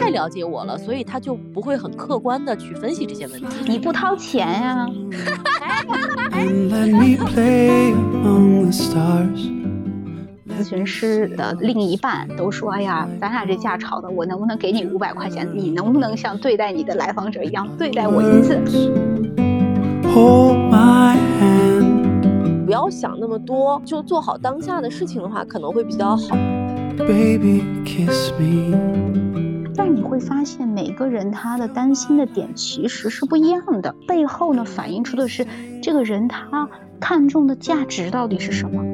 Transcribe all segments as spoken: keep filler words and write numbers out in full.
太了解我了，所以他就不会很客观的去分析这些问题。 你不掏钱呀、咨询师的另一半都说，哎呀，咱俩这架吵的，我能不能给你五百块钱，你能不能像对待你的来访者一样对待我一次。 不要想那么多，就做好当下的事情的话可能会比较好。 Baby, kiss me. 但你会发现每个人他的担心的点其实是不一样的，背后呢反映出的是这个人他看重的价值到底是什么。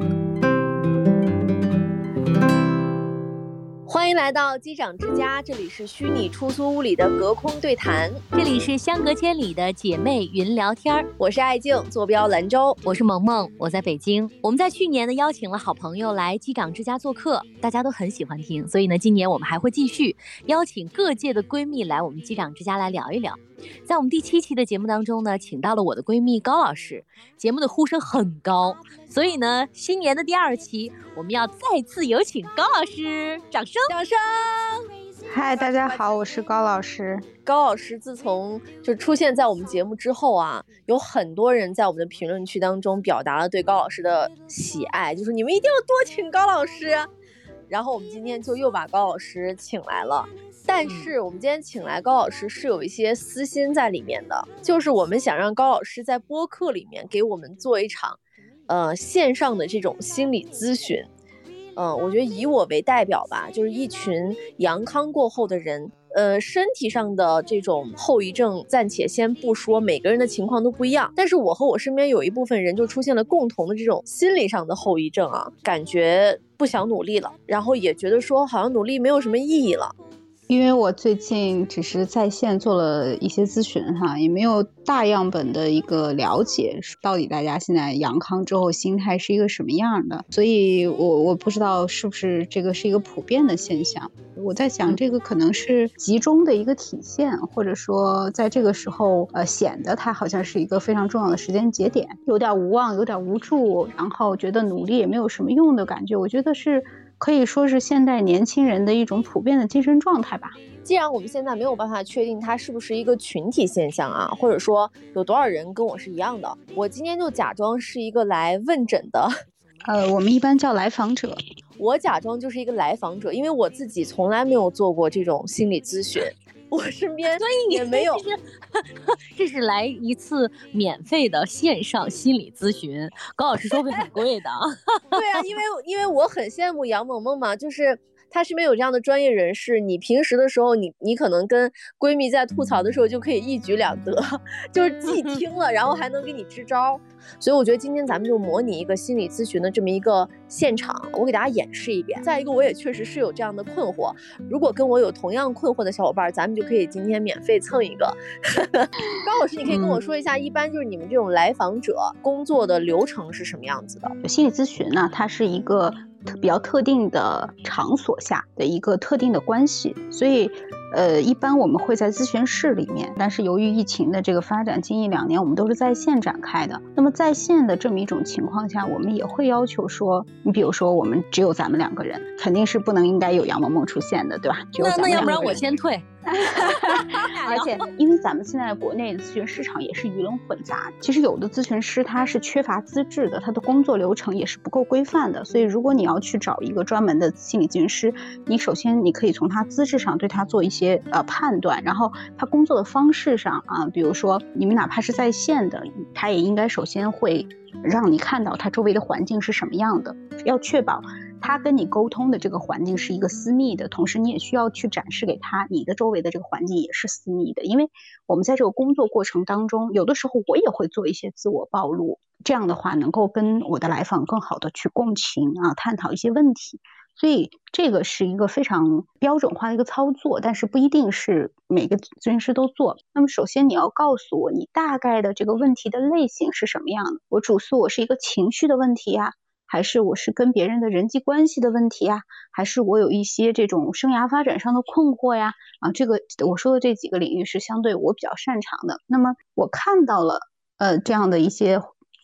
欢迎来到机长之家，这里是虚拟出租屋里的隔空对谈， 这里是相隔千里的姐妹云聊天。 我是爱静，坐标兰州。 我是萌萌，我在北京。我们在去年呢邀请了好朋友来机长之家做客，大家都很喜欢听，所以呢今年我们还会继续邀请各界的闺蜜来我们机长之家来聊一聊。在我们第七期的节目当中呢，请到了我的闺蜜高老师，节目的呼声很高，所以呢新年的第二期我们要再次有请高老师，掌声掌声。 嗨，大家好，我是高老师。 高老师自从就出现在我们节目之后啊，有很多人在我们的评论区当中表达了对高老师的喜爱，就是你们一定要多请高老师。然后我们今天就又把高老师请来了，但是我们今天请来高老师是有一些私心在里面的，就是我们想让高老师在播客里面给我们做一场呃线上的这种心理咨询。嗯、呃，我觉得以我为代表吧，就是一群阳康过后的人，呃，身体上的这种后遗症暂且先不说，每个人的情况都不一样，但是我和我身边有一部分人就出现了共同的这种心理上的后遗症啊，感觉不想努力了，然后也觉得说好像努力没有什么意义了。 因为我最近只是在线做了一些咨询哈，也没有大样本的一个了解，到底大家现在阳康之后心态是一个什么样的，所以我我不知道是不是这个是一个普遍的现象。我在想这个可能是集中的一个体现，或者说在这个时候呃显得它好像是一个非常重要的时间节点，有点无望，有点无助，然后觉得努力也没有什么用的感觉。我觉得是可以说是现代年轻人的一种普遍的精神状态吧。 既然我们现在没有办法确定它是不是一个群体现象啊，或者说有多少人跟我是一样的，我今天就假装是一个来问诊的， 呃，我们一般叫来访者。 我假装就是一个来访者，因为我自己从来没有做过这种心理咨询，我身边所以也没有。 这是来一次免费的线上心理咨询，高老师收费很贵的。 对啊，因为因为我很羡慕杨萌萌嘛，就是她身边有这样的专业人士，你平时的时候你你可能跟闺蜜在吐槽的时候就可以一举两得，就是既听了然后还能给你支招。所以我觉得今天咱们就模拟一个心理咨询的这么一个现场，我给大家演示一遍。再一个我也确实是有这样的困惑，如果跟我有同样困惑的小伙伴，咱们就可以今天免费蹭一个。高老师你可以跟我说一下、嗯、一般就是你们这种来访者工作的流程是什么样子的？ 心理咨询呢，它是一个比较特定的场所下的一个特定的关系，所以呃，一般我们会在咨询室里面，但是由于疫情的这个发展，近一两年我们都是在线展开的。那么在线的这么一种情况下，我们也会要求说，你比如说我们只有咱们两个人，肯定是不能应该有杨萌萌出现的，对吧？只有咱们两个人。 那那要不然我先退。 而且因为咱们现在国内的咨询市场也是鱼龙混杂，其实有的咨询师他是缺乏资质的，他的工作流程也是不够规范的，所以如果你要去找一个专门的心理咨询师，你首先你可以从他资质上对他做一些呃判断，然后他工作的方式上啊，比如说你们哪怕是在线的，他也应该首先会让你看到他周围的环境是什么样的，要确保他跟你沟通的这个环境是一个私密的，同时你也需要去展示给他你的周围的这个环境也是私密的，因为我们在这个工作过程当中，有的时候我也会做一些自我暴露，这样的话能够跟我的来访更好的去共情啊，探讨一些问题。所以这个是一个非常标准化的一个操作，但是不一定是每个咨询师都做。那么首先你要告诉我你大概的这个问题的类型是什么样的，我主诉我是一个情绪的问题呀、啊，还是我是跟别人的人际关系的问题呀、啊，还是我有一些这种生涯发展上的困惑呀？啊，这个我说的这几个领域是相对我比较擅长的。那么我看到了呃这样的一些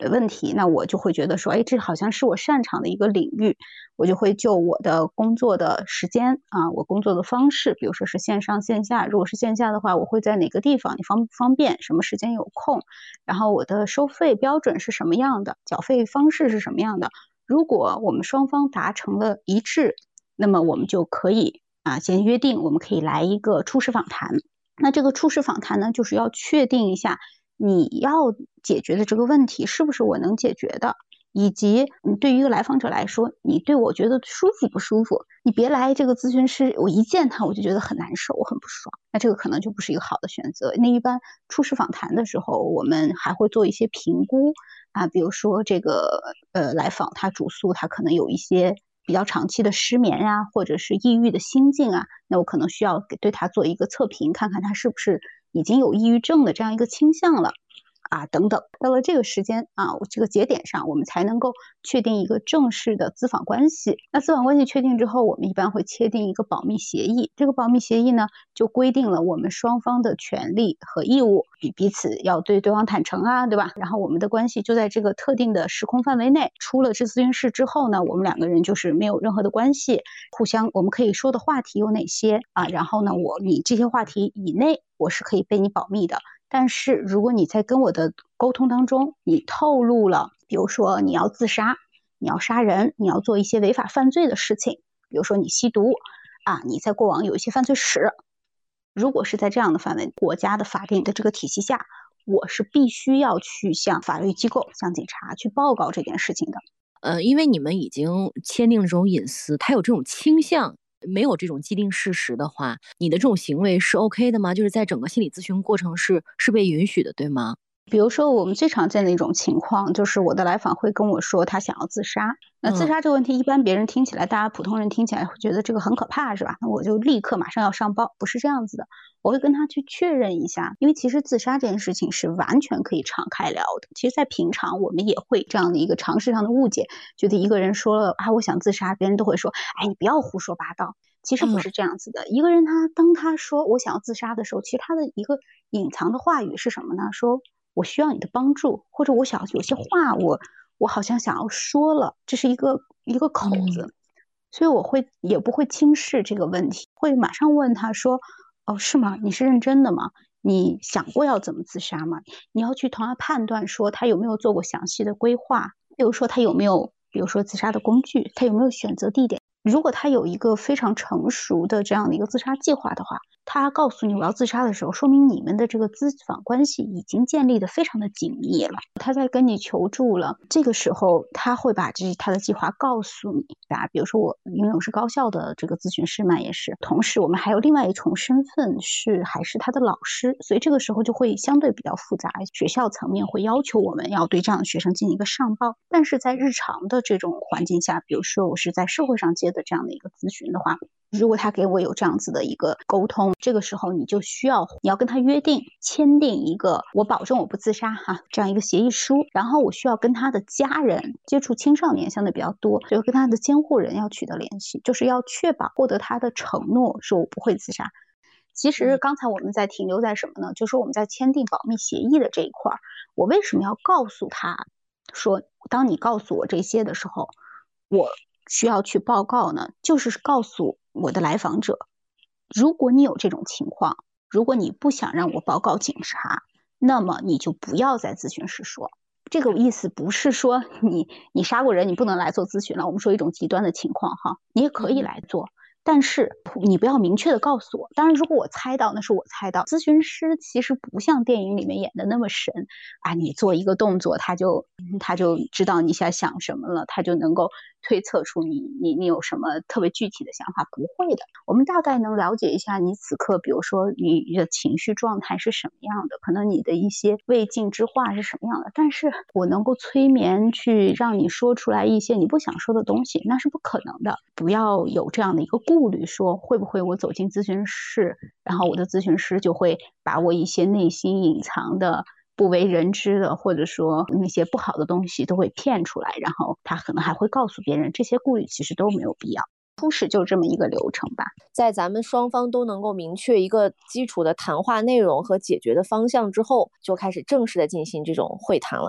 问题，那我就会觉得说，哎，这好像是我擅长的一个领域，我就会就我的工作的时间啊，我工作的方式，比如说是线上线下，如果是线下的话，我会在哪个地方，你方不方便，什么时间有空，然后我的收费标准是什么样的，缴费方式是什么样的。如果我们双方达成了一致，那么我们就可以啊，先约定我们可以来一个初始访谈。那这个初始访谈呢，就是要确定一下你要解决的这个问题是不是我能解决的，以及你对于一个来访者来说，你对我觉得舒服不舒服。你别来这个咨询师，我一见他我就觉得很难受，我很不爽，那这个可能就不是一个好的选择。那一般初始访谈的时候，我们还会做一些评估啊，比如说这个呃来访他主诉他可能有一些比较长期的失眠呀、啊，或者是抑郁的心境啊，那我可能需要对他做一个测评，看看他是不是已经有抑郁症的这样一个倾向了啊，等等。到了这个时间啊，这个节点上，我们才能够确定一个正式的咨访关系。那咨访关系确定之后，我们一般会签订一个保密协议。这个保密协议呢，就规定了我们双方的权利和义务，比彼此要对对方坦诚啊，对吧？然后我们的关系就在这个特定的时空范围内。出了这咨询室之后呢，我们两个人就是没有任何的关系，互相我们可以说的话题有哪些啊？然后呢，我你这些话题以内，我是可以被你保密的。但是如果你在跟我的沟通当中，你透露了，比如说你要自杀，你要杀人，你要做一些违法犯罪的事情，比如说你吸毒啊，你在过往有一些犯罪史，如果是在这样的范围，国家的法定的这个体系下，我是必须要去向法律机构、向警察去报告这件事情的。 呃，因为你们已经签订了这种隐私，它有这种倾向，没有这种既定事实的话，你的这种行为是 OK 的吗？就是在整个心理咨询过程是是被允许的，对吗？ 比如说我们最常见的一种情况，就是我的来访会跟我说他想要自杀。那自杀这个问题，一般别人听起来，大家普通人听起来会觉得这个很可怕，是吧？那我就立刻马上要上报，不是这样子的。我会跟他去确认一下，因为其实自杀这件事情是完全可以敞开聊的。其实在平常我们也会这样的一个常识上的误解，觉得一个人说了啊我想自杀，别人都会说，哎你不要胡说八道。其实不是这样子的。嗯、一个人他当他说我想要自杀的时候，其实他的一个隐藏的话语是什么呢？说我需要你的帮助，或者我想有些话我我好像想要说了，这是一个一个口子。嗯、所以我会也不会轻视这个问题，会马上问他说，哦是吗？你是认真的吗？你想过要怎么自杀吗？你要去同他判断说他有没有做过详细的规划，比如说他有没有比如说自杀的工具，他有没有选择地点。如果他有一个非常成熟的这样的一个自杀计划的话，他告诉你我要自杀的时候，说明你们的这个咨访关系已经建立的非常的紧密了。他在跟你求助了，这个时候他会把这他的计划告诉你啊。比如说我，因为我是高校的这个咨询师嘛，也是，同时我们还有另外一重身份是还是他的老师，所以这个时候就会相对比较复杂。学校层面会要求我们要对这样的学生进行一个上报，但是在日常的这种环境下，比如说我是在社会上接的这样的一个咨询的话，如果他给我有这样子的一个沟通，这个时候你就需要你要跟他约定签订一个我保证我不自杀哈、啊、这样一个协议书，然后我需要跟他的家人，接触青少年相对比较多，所以跟他的监护人要取得联系，就是要确保获得他的承诺说我不会自杀。其实刚才我们在停留在什么呢？就是我们在签订保密协议的这一块，我为什么要告诉他说当你告诉我这些的时候我需要去报告呢？就是告诉我的来访者，如果你有这种情况，如果你不想让我报告警察，那么你就不要在咨询室说。这个意思不是说你你杀过人你不能来做咨询了，我们说一种极端的情况哈，你也可以来做。嗯，但是你不要明确的告诉我，当然如果我猜到那是我猜到，咨询师其实不像电影里面演的那么神啊，你做一个动作他就他就知道你在想什么了，他就能够推测出你你你有什么特别具体的想法，不会的。我们大概能了解一下你此刻比如说你的情绪状态是什么样的，可能你的一些未尽之话是什么样的，但是我能够催眠去让你说出来一些你不想说的东西，那是不可能的。不要有这样的一个顾虑，说会不会我走进咨询室，然后我的咨询师就会把我一些内心隐藏的不为人知的，或者说那些不好的东西都会骗出来，然后他可能还会告诉别人，这些顾虑其实都没有必要。初始就这么一个流程吧， 在咱们双方都能够明确一个基础的谈话内容和解决的方向之后，就开始正式的进行这种会谈了，是吧？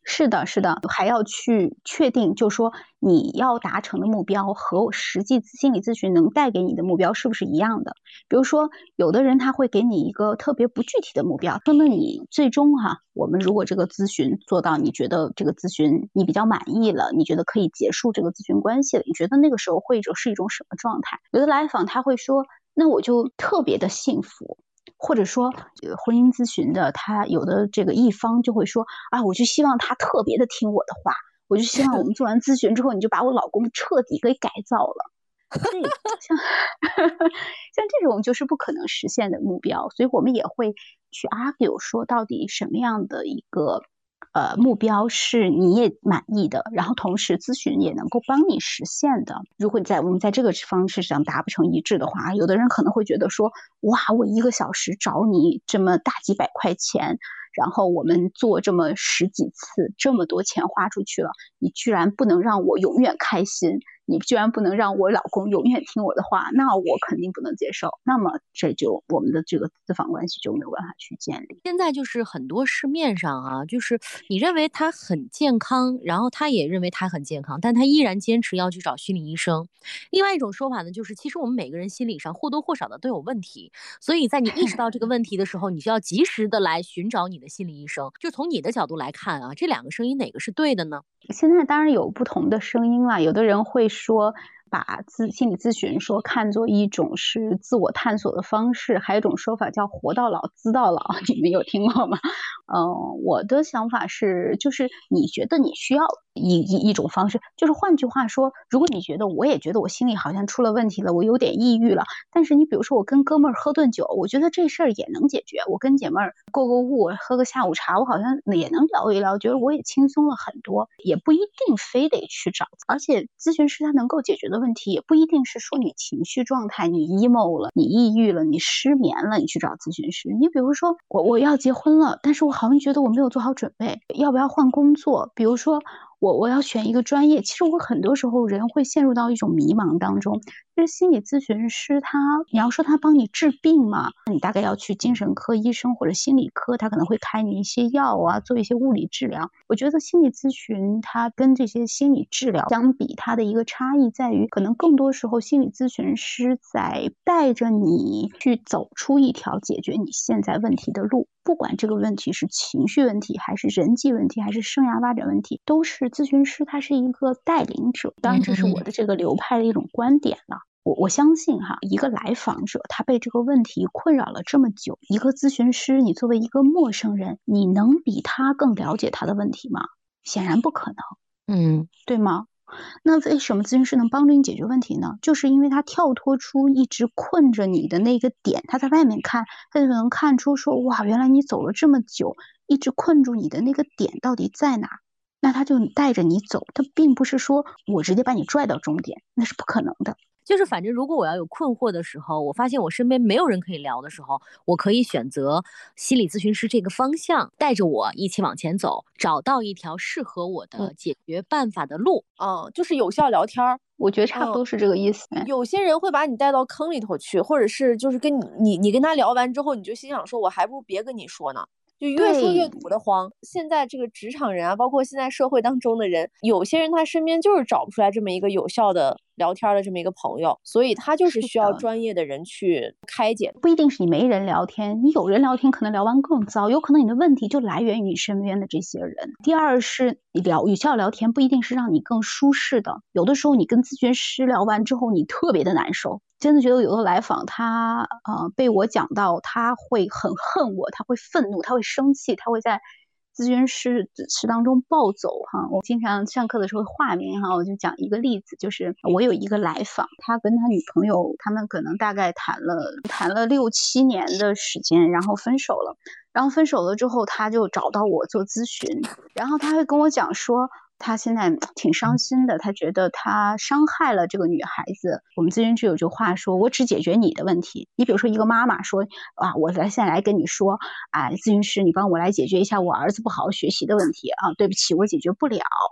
是的，是的，还要去确定，就是说你要达成的目标和实际心理咨询能带给你的目标是不是一样的。比如说，有的人他会给你一个特别不具体的目标，说那你最终哈、啊，我们如果这个咨询做到，你觉得这个咨询你比较满意了，你觉得可以结束这个咨询关系了，你觉得那个时候会是一种什么状态？有的来访他会说，那我就特别的幸福。或者说婚姻咨询的他有的这个一方就会说啊，我就希望他特别的听我的话，我就希望我们做完咨询之后你就把我老公彻底给改造了。所以像像这种就是不可能实现的目标，所以我们也会去 argue 说到底什么样的一个呃，目标是你也满意的，然后同时咨询也能够帮你实现的。如果你在我们在这个方式上达不成一致的话，有的人可能会觉得说，哇，我一个小时找你这么大几百块钱，然后我们做这么十几次，这么多钱花出去了，你居然不能让我永远开心，你居然不能让我老公永远听我的话，那我肯定不能接受。那么这就我们的这个咨访关系就没有办法去建立。 现在就是很多市面上啊，就是你认为他很健康，然后他也认为他很健康，但他依然坚持要去找心理医生。另外一种说法呢，就是其实我们每个人心理上或多或少的都有问题，所以在你意识到这个问题的时候，你就要及时的来寻找你的心理医生。就从你的角度来看啊，这两个声音哪个是对的呢？ 现在当然有不同的声音了，有的人会说把自心理咨询说看作一种是自我探索的方式，还有一种说法叫活到老资到老，你们有听过吗？嗯、呃，我的想法是，就是你觉得你需要一一一种方式，就是换句话说，如果你觉得我也觉得我心里好像出了问题了，我有点抑郁了，但是你比如说我跟哥们儿喝顿酒，我觉得这事儿也能解决，我跟姐妹儿购购物，喝个下午茶，我好像也能聊一聊，觉得我也轻松了很多，也不一定非得去找，而且咨询师他能够解决的问题，也不一定是说你情绪状态，你 emo 了，你抑郁了，你失眠了，你去找咨询师。你比如说我我要结婚了，但是我好像觉得我没有做好准备，要不要换工作？比如说我我要选一个专业，其实我很多时候人会陷入到一种迷茫当中。其实心理咨询师他，你要说他帮你治病嘛，你大概要去精神科医生或者心理科，他可能会开你一些药啊，做一些物理治疗。我觉得心理咨询它跟这些心理治疗相比，它的一个差异在于，可能更多时候心理咨询师在带着你去走出一条解决你现在问题的路。不管这个问题是情绪问题，还是人际问题，还是生涯发展问题，都是咨询师他是一个带领者。当然，这是我的这个流派的一种观点了。我我相信哈，一个来访者他被这个问题困扰了这么久，一个咨询师，你作为一个陌生人，你能比他更了解他的问题吗？显然不可能， 嗯， 对吗？那为什么咨询师能帮助你解决问题呢？就是因为他跳脱出一直困着你的那个点，他在外面看，他就能看出说，哇，原来你走了这么久，一直困住你的那个点到底在哪？那他就带着你走，他并不是说我直接把你拽到终点，那是不可能的。 就是反正如果我要有困惑的时候，我发现我身边没有人可以聊的时候，我可以选择心理咨询师这个方向，带着我一起往前走，找到一条适合我的解决办法的路。 嗯，就是有效聊天儿。 我觉得差不多是这个意思。 嗯、有些人会把你带到坑里头去，或者是就是跟你你你跟他聊完之后，你就心想说，我还不如别跟你说呢。就越说越堵得慌。现在这个职场人啊，包括现在社会当中的人，有些人他身边就是找不出来这么一个有效的聊天的这么一个朋友，所以他就是需要专业的人去开解。 不一定是你没人聊天，你有人聊天可能聊完更糟，有可能你的问题就来源于你身边的这些人。第二是聊有效聊天不一定是让你更舒适的，有的时候你跟咨询师聊完之后你特别的难受，真的觉得有的来访他呃被我讲到他会很恨我，他会愤怒，他会生气，他会在咨询室室当中暴走哈。我经常上课的时候画面哈，我就讲一个例子，就是我有一个来访，他跟他女朋友他们可能大概谈了谈了六七年的时间，然后分手了。然后分手了之后，他就找到我做咨询，然后他会跟我讲说他现在挺伤心的，他觉得他伤害了这个女孩子。我们咨询师有句话说，我只解决你的问题。你比如说一个妈妈说啊，我来现在来跟你说啊，咨询师你帮我来解决一下我儿子不好好学习的问题啊，对不起我解决不了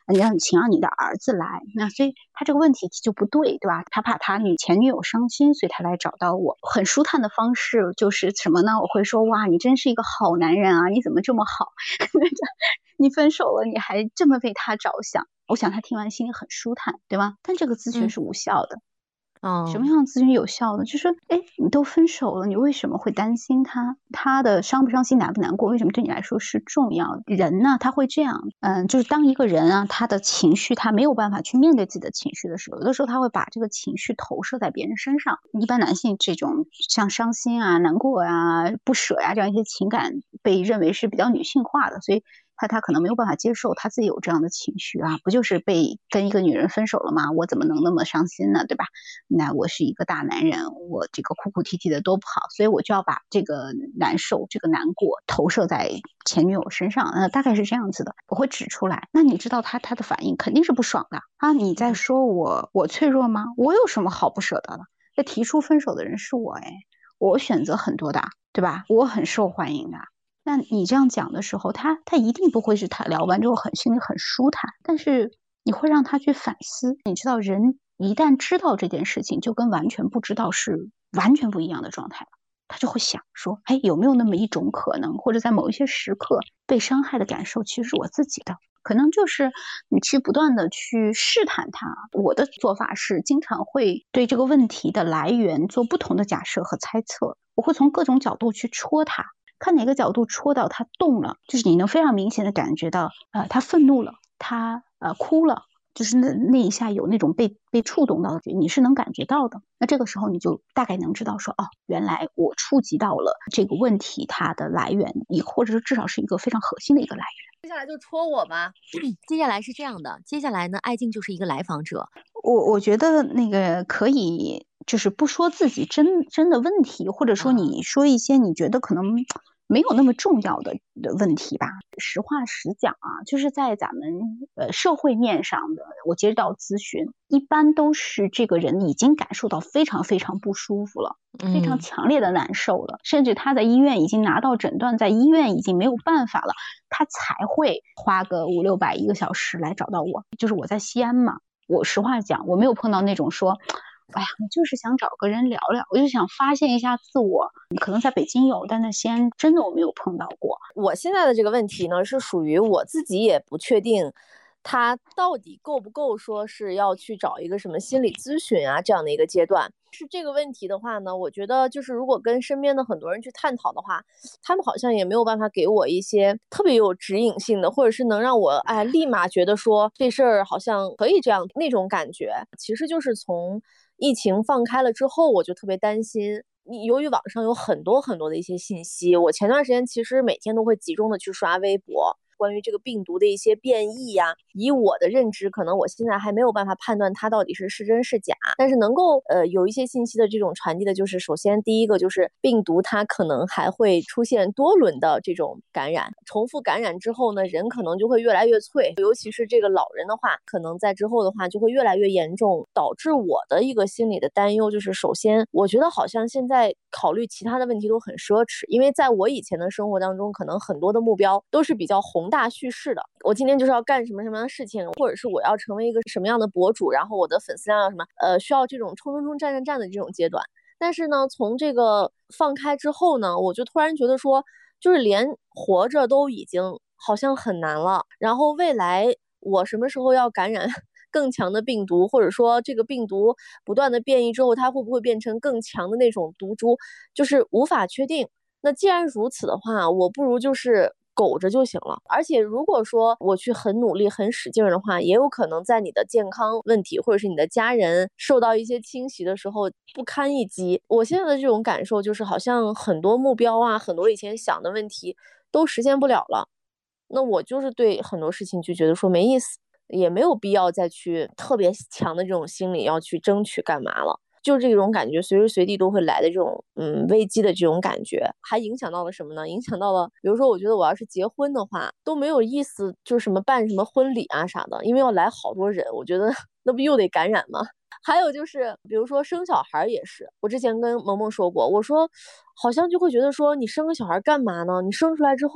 你让请让你的儿子来，那所以他这个问题就不对，对吧？他怕他女前女友伤心，所以他来找到我。很舒坦的方式就是什么呢？我会说，哇，你真是一个好男人啊，你怎么这么好？你分手了，你还这么为他着想。我想他听完心里很舒坦，对吧？但这个咨询是无效的。 哦， 什么样的咨询有效的？就是说，哎，你都分手了，你为什么会担心他？他的伤不伤心、难不难过？为什么对你来说是重要的？人呢，他会这样，嗯，就是当一个人啊，他的情绪他没有办法去面对自己的情绪的时候，有的时候他会把这个情绪投射在别人身上。一般男性这种像伤心啊、难过啊、不舍呀、啊、这样一些情感被认为是比较女性化的，所以他他可能没有办法接受他自己有这样的情绪啊，不就是被跟一个女人分手了吗？我怎么能那么伤心呢？对吧？那我是一个大男人，我这个哭哭啼啼的多不好，所以我就要把这个难受、这个难过投射在前女友身上，呃，大概是这样子的，我会指出来。那你知道他他的反应肯定是不爽的啊！你在说我我脆弱吗？我有什么好不舍得的？这提出分手的人是我，哎，我选择很多的，对吧？我很受欢迎的。那你这样讲的时候，他他一定不会是他聊完之后很心里很舒坦，但是你会让他去反思。你知道，人一旦知道这件事情，就跟完全不知道是完全不一样的状态了。他就会想说，哎，有没有那么一种可能，或者在某一些时刻被伤害的感受其实是我自己的，可能就是你去不断的去试探它。我的做法是经常会对这个问题的来源做不同的假设和猜测，我会从各种角度去戳它，看哪个角度戳到他动了，就是你能非常明显的感觉到，呃，他愤怒了，他呃哭了，就是那那一下有那种被被触动到的，你是能感觉到的。那这个时候你就大概能知道说，哦，原来我触及到了这个问题它的来源，你或者是至少是一个非常核心的一个来源。 接下来就戳我吧。 接下来是这样的，接下来呢，爱静就是一个来访者。 我我觉得那个可以，就是不说自己真真的问题，或者说你说一些你觉得可能没有那么重要的的问题吧。实话实讲啊，就是在咱们呃社会面上的，我接到咨询，一般都是这个人已经感受到非常非常不舒服了，非常强烈的难受了，嗯、甚至他在医院已经拿到诊断，在医院已经没有办法了，他才会花个五六百一个小时来找到我。就是我在西安嘛，我实话讲，我没有碰到那种说，哎呀，我就是想找个人聊聊，我就想发现一下自我。可能在北京有，但在西安真的我没有碰到过。 我现在的这个问题呢，是属于我自己也不确定他到底够不够说是要去找一个什么心理咨询啊这样的一个阶段。是这个问题的话呢，我觉得就是如果跟身边的很多人去探讨的话，他们好像也没有办法给我一些特别有指引性的，或者是能让我哎立马觉得说这事儿好像可以这样那种感觉。其实就是从疫情放开了之后，我就特别担心。由于网上有很多很多的一些信息，我前段时间其实每天都会集中的去刷微博，关于这个病毒的一些变异呀、啊，以我的认知，可能我现在还没有办法判断它到底是是真是假，但是能够呃有一些信息的这种传递的，就是首先第一个就是病毒它可能还会出现多轮的这种感染，重复感染之后呢，人可能就会越来越脆，尤其是这个老人的话，可能在之后的话就会越来越严重，导致我的一个心理的担忧就是，首先我觉得好像现在考虑其他的问题都很奢侈，因为在我以前的生活当中，可能很多的目标都是比较宏大叙事的，我今天就是要干什么什么样的事情，或者是我要成为一个什么样的博主，然后我的粉丝量要什么，呃，需要这种冲冲冲战战战的这种阶段。但是呢，从这个放开之后呢，我就突然觉得说，就是连活着都已经好像很难了，然后未来我什么时候要感染更强的病毒，或者说这个病毒不断的变异之后，它会不会变成更强的那种毒株，就是无法确定。那既然如此的话，我不如就是苟着就行了。而且如果说我去很努力很使劲的话，也有可能在你的健康问题或者是你的家人受到一些侵袭的时候不堪一击。我现在的这种感受就是好像很多目标啊，很多以前想的问题都实现不了了，那我就是对很多事情就觉得说没意思，也没有必要再去特别强的这种心理要去争取干嘛了，就这种感觉随时随地都会来的这种嗯危机的这种感觉。还影响到了什么呢？影响到了比如说我觉得我要是结婚的话都没有意思，就是什么办什么婚礼啊啥的，因为要来好多人，我觉得那不又得感染吗？还有就是比如说生小孩也是，我之前跟萌萌说过，我说好像就会觉得说你生个小孩干嘛呢？你生出来之后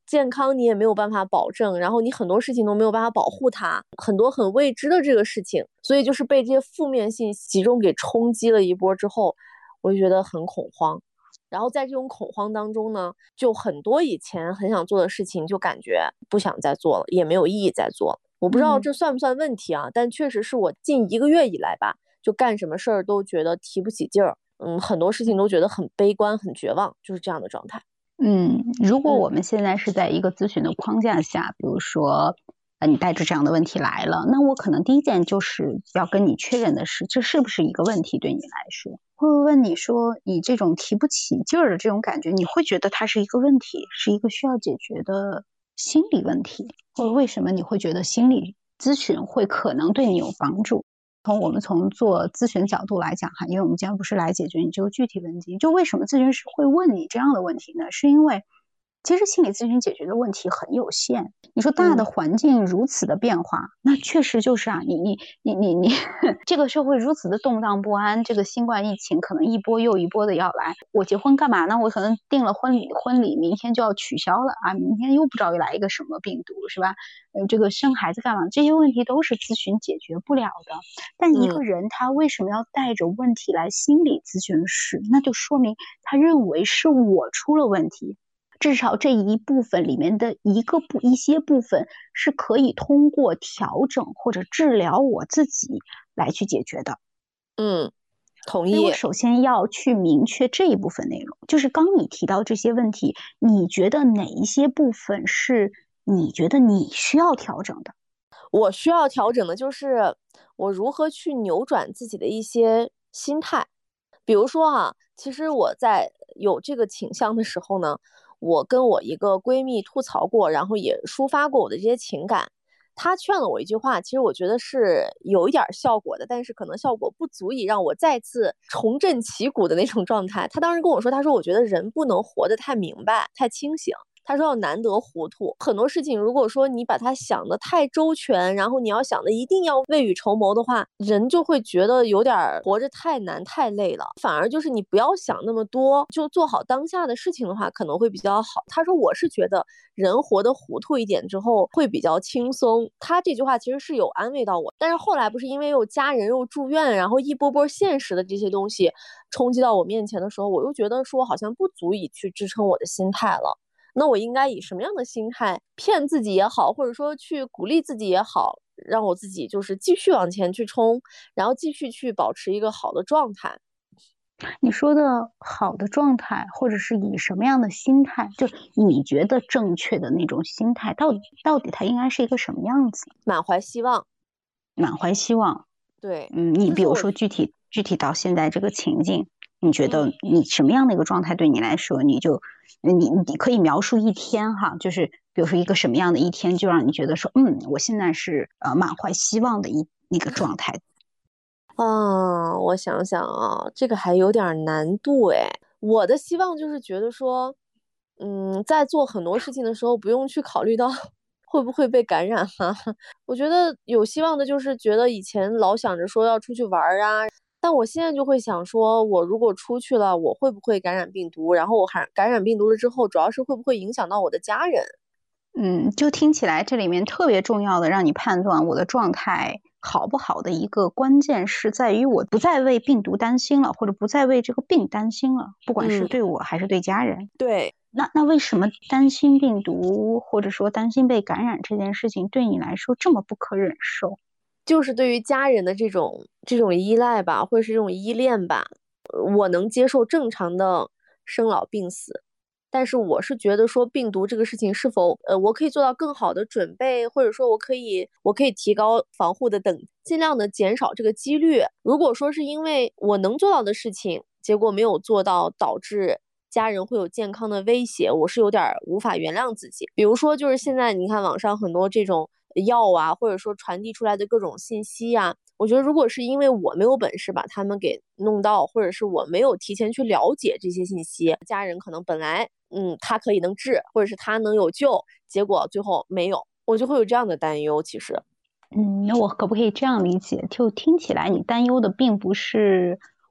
健康你也没有办法保证，然后你很多事情都没有办法保护它，很多很未知的这个事情，所以就是被这些负面信息集中给冲击了一波之后，我就觉得很恐慌。然后在这种恐慌当中呢，就很多以前很想做的事情就感觉不想再做了，也没有意义再做了。我不知道这算不算问题啊、嗯、但确实是我近一个月以来吧，就干什么事儿都觉得提不起劲儿，嗯，很多事情都觉得很悲观很绝望，就是这样的状态。 嗯，如果我们现在是在一个咨询的框架下，比如说呃，你带着这样的问题来了，那我可能第一件就是要跟你确认的是，这是不是一个问题对你来说？会问你说，你这种提不起劲儿的这种感觉，你会觉得它是一个问题，是一个需要解决的心理问题，或者为什么你会觉得心理咨询会可能对你有帮助？从我们从做咨询角度来讲哈，因为我们今天不是来解决你这个具体问题，就为什么咨询师会问你这样的问题呢？是因为其实心理咨询解决的问题很有限。你说大的环境如此的变化，嗯、那确实就是啊，你你你你你，这个社会如此的动荡不安，这个新冠疫情可能一波又一波的要来。我结婚干嘛呢？我可能订了婚礼，婚礼明天就要取消了啊，明天又不知道又来一个什么病毒，是吧？呃，这个生孩子干嘛？这些问题都是咨询解决不了的。但一个人他为什么要带着问题来心理咨询室？那就说明他认为是我出了问题。至少这一部分里面的一个部一些部分是可以通过调整或者治疗我自己来去解决的。 嗯，同意。 所以我首先要去明确这一部分内容，就是刚你提到这些问题，你觉得哪一些部分是你觉得你需要调整的？ 我需要调整的就是我如何去扭转自己的一些心态。比如说啊，其实我在有这个倾向的时候呢，我跟我一个闺蜜吐槽过，然后也抒发过我的这些情感。她劝了我一句话，其实我觉得是有一点效果的，但是可能效果不足以让我再次重振旗鼓的那种状态。她当时跟我说，她说我觉得人不能活得太明白太清醒，他说要难得糊涂，很多事情如果说你把它想得太周全，然后你要想的一定要未雨绸缪的话，人就会觉得有点活着太难太累了。反而就是你不要想那么多，就做好当下的事情的话可能会比较好。他说我是觉得人活得糊涂一点之后会比较轻松，他这句话其实是有安慰到我。但是后来不是因为又家人又住院，然后一波波现实的这些东西冲击到我面前的时候，我又觉得说好像不足以去支撑我的心态了。那我应该以什么样的心态骗自己也好，或者说去鼓励自己也好，让我自己就是继续往前去冲，然后继续去保持一个好的状态。 你说的好的状态，或者是以什么样的心态，就你觉得正确的那种心态，到底到底它应该是一个什么样子？ 满怀希望。 满怀希望。 对， 嗯，你比如说具体具体到现在这个情境，你觉得你什么样的一个状态对你来说，你就你你可以描述一天哈，就是比如说一个什么样的一天，就让你觉得说，嗯，我现在是呃满怀希望的一那个状态。 啊，我想想啊，这个还有点难度哎。我的希望就是觉得说，嗯，在做很多事情的时候，不用去考虑到会不会被感染哈、啊。我觉得有希望的就是觉得以前老想着说要出去玩啊，但我现在就会想说，我如果出去了，我会不会感染病毒？然后我还感染病毒了之后，主要是会不会影响到我的家人？ 嗯，就听起来这里面特别重要的，让你判断我的状态好不好的一个关键是在于我不再为病毒担心了，或者不再为这个病担心了，不管是对我还是对家人。 嗯、对， 那那为什么担心病毒或者说担心被感染这件事情对你来说这么不可忍受？ 就是对于家人的这种这种依赖吧，或者是这种依恋吧，我能接受正常的生老病死。但是我是觉得说病毒这个事情是否呃我可以做到更好的准备，或者说我可以我可以提高防护的等，尽量的减少这个几率。如果说是因为我能做到的事情结果没有做到，导致家人会有健康的威胁，我是有点无法原谅自己。比如说就是现在你看网上很多这种药啊，或者说传递出来的各种信息啊，我觉得如果是因为我没有本事把他们给弄到，或者是我没有提前去了解这些信息，家人可能本来嗯他可以能治，或者是他能有救，结果最后没有，我就会有这样的担忧。其实嗯，那我可不可以这样理解，就听起来你担忧的并不是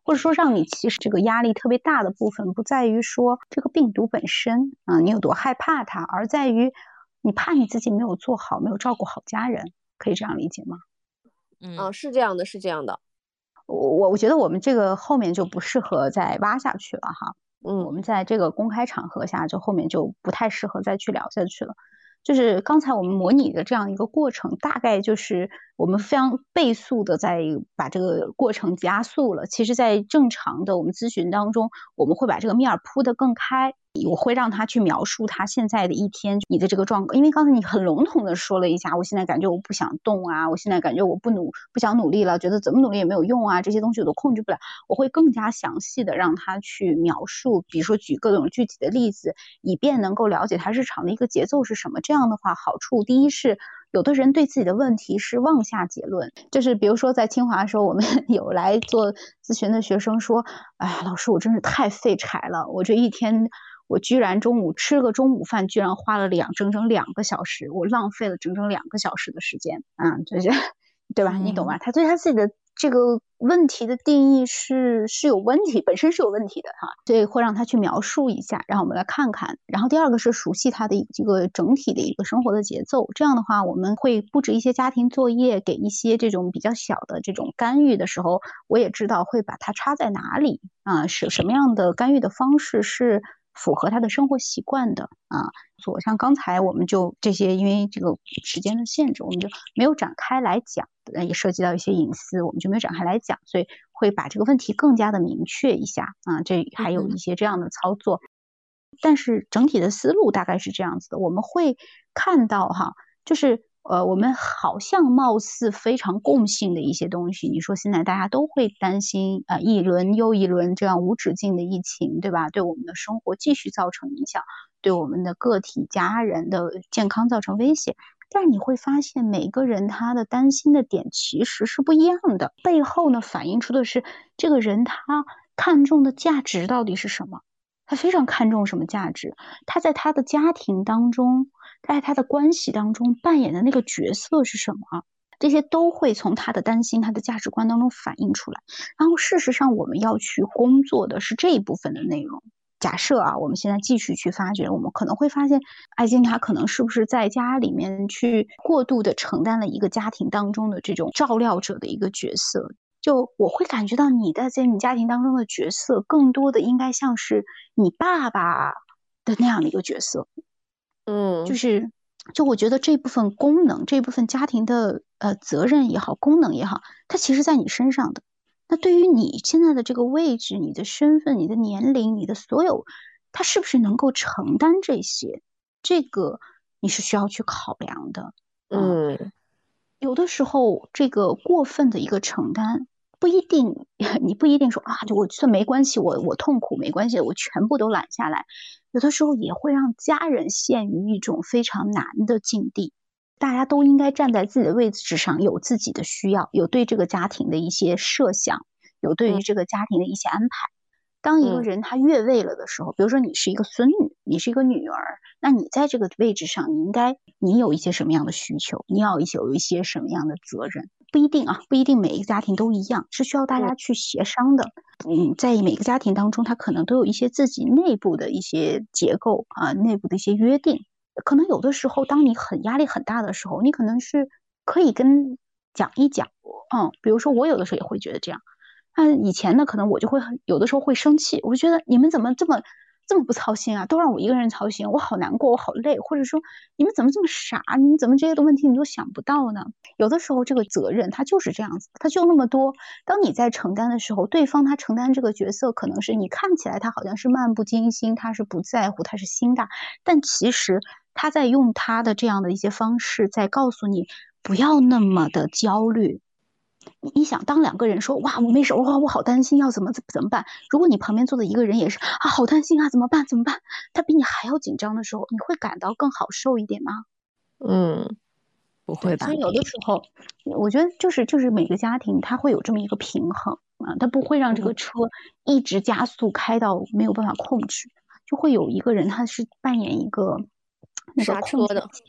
或者说让你其实这个压力特别大的部分不在于说这个病毒本身啊，你有多害怕它，而在于你怕你自己没有做好，没有照顾好家人，可以这样理解吗？ 嗯、啊，是这样的，是这样的。 我我觉得我们这个后面就不适合再挖下去了哈。 嗯， 我们在这个公开场合下，就后面就不太适合再去聊下去了。就是刚才我们模拟的这样一个过程，大概就是我们非常倍速的在把这个过程加速了。其实在正常的我们咨询当中，我们会把这个面儿铺得更开，我会让他去描述他现在的一天你的这个状况。因为刚才你很笼统的说了一下，我现在感觉我不想动啊，我现在感觉我不努不想努力了，觉得怎么努力也没有用啊，这些东西我都控制不了。我会更加详细的让他去描述，比如说举各种具体的例子，以便能够了解他日常的一个节奏是什么。这样的话好处第一是有的人对自己的问题是妄下结论，就是比如说在清华的时候，我们有来做咨询的学生说，哎呀，老师我真是太废柴了，我这一天我居然中午吃个中午饭居然花了两整整两个小时，我浪费了整整两个小时的时间啊，这是对吧？你懂吧？他对他自己的这个问题的定义是是有问题，本身是有问题的哈，所以会让他去描述一下，然后我们来看看。然后第二个是熟悉他的一个整体的一个生活的节奏，这样的话我们会布置一些家庭作业，给一些这种比较小的这种干预的时候，我也知道会把它插在哪里啊，是什么样的干预的方式是符合他的生活习惯的啊。所像刚才我们就这些，因为这个时间的限制，我们就没有展开来讲，也涉及到一些隐私，我们就没有展开来讲，所以会把这个问题更加的明确一下啊。这还有一些这样的操作，但是整体的思路大概是这样子的，我们会看到哈，就是呃，我们好像貌似非常共性的一些东西，你说现在大家都会担心啊、呃，一轮又一轮这样无止境的疫情，对吧？对我们的生活继续造成影响，对我们的个体家人的健康造成威胁。但是你会发现每个人他的担心的点其实是不一样的，背后呢反映出的是这个人他看重的价值到底是什么，他非常看重什么价值，他在他的家庭当中，在他的关系当中扮演的那个角色是什么，这些都会从他的担心他的价值观当中反映出来。然后事实上我们要去工作的是这一部分的内容。假设啊，我们现在继续去发掘，我们可能会发现艾金他可能是不是在家里面去过度的承担了一个家庭当中的这种照料者的一个角色。就我会感觉到你的在你家庭当中的角色更多的应该像是你爸爸的那样的一个角色。 嗯， 就是就我觉得这部分功能，这部分家庭的呃责任也好，功能也好，它其实在你身上的。那对于你现在的这个位置，你的身份，你的年龄，你的所有，他是不是能够承担这些，这个你是需要去考量的。 嗯， 有的时候这个过分的一个承担不一定，你不一定说啊，就我觉得没关系，我我痛苦没关系，我全部都揽下来。有的时候也会让家人陷于一种非常难的境地。大家都应该站在自己的位置上，有自己的需要，有对这个家庭的一些设想，有对于这个家庭的一些安排。当一个人他越位了的时候，比如说你是一个孙女，你是一个女儿，那你在这个位置上，你应该你有一些什么样的需求，你要一些有一些什么样的责任，不一定啊，不一定每一个家庭都一样，是需要大家去协商的。嗯，在每个家庭当中，他可能都有一些自己内部的一些结构啊，内部的一些约定。可能有的时候，当你很压力很大的时候，你可能是可以跟讲一讲，嗯，比如说我有的时候也会觉得这样，那以前呢，可能我就会有的时候会生气，我就觉得你们怎么这么这么不操心啊，都让我一个人操心，我好难过，我好累，或者说你们怎么这么傻，你们怎么这些的问题你都想不到呢？有的时候这个责任它就是这样子，它就那么多，当你在承担的时候，对方他承担这个角色，可能是你看起来他好像是漫不经心，他是不在乎，他是心大，但其实他在用他的这样的一些方式在告诉你不要那么的焦虑。你想当两个人说哇我没事，哇我好担心要怎么怎么办，如果你旁边坐的一个人也是啊好担心啊怎么办怎么办，他比你还要紧张的时候，你会感到更好受一点吗？ 嗯，不会吧？ 所以有的时候我觉得就是就是每个家庭他会有这么一个平衡啊，他不会让这个车一直加速开到没有办法控制，就会有一个人他是扮演一个那个刹车的，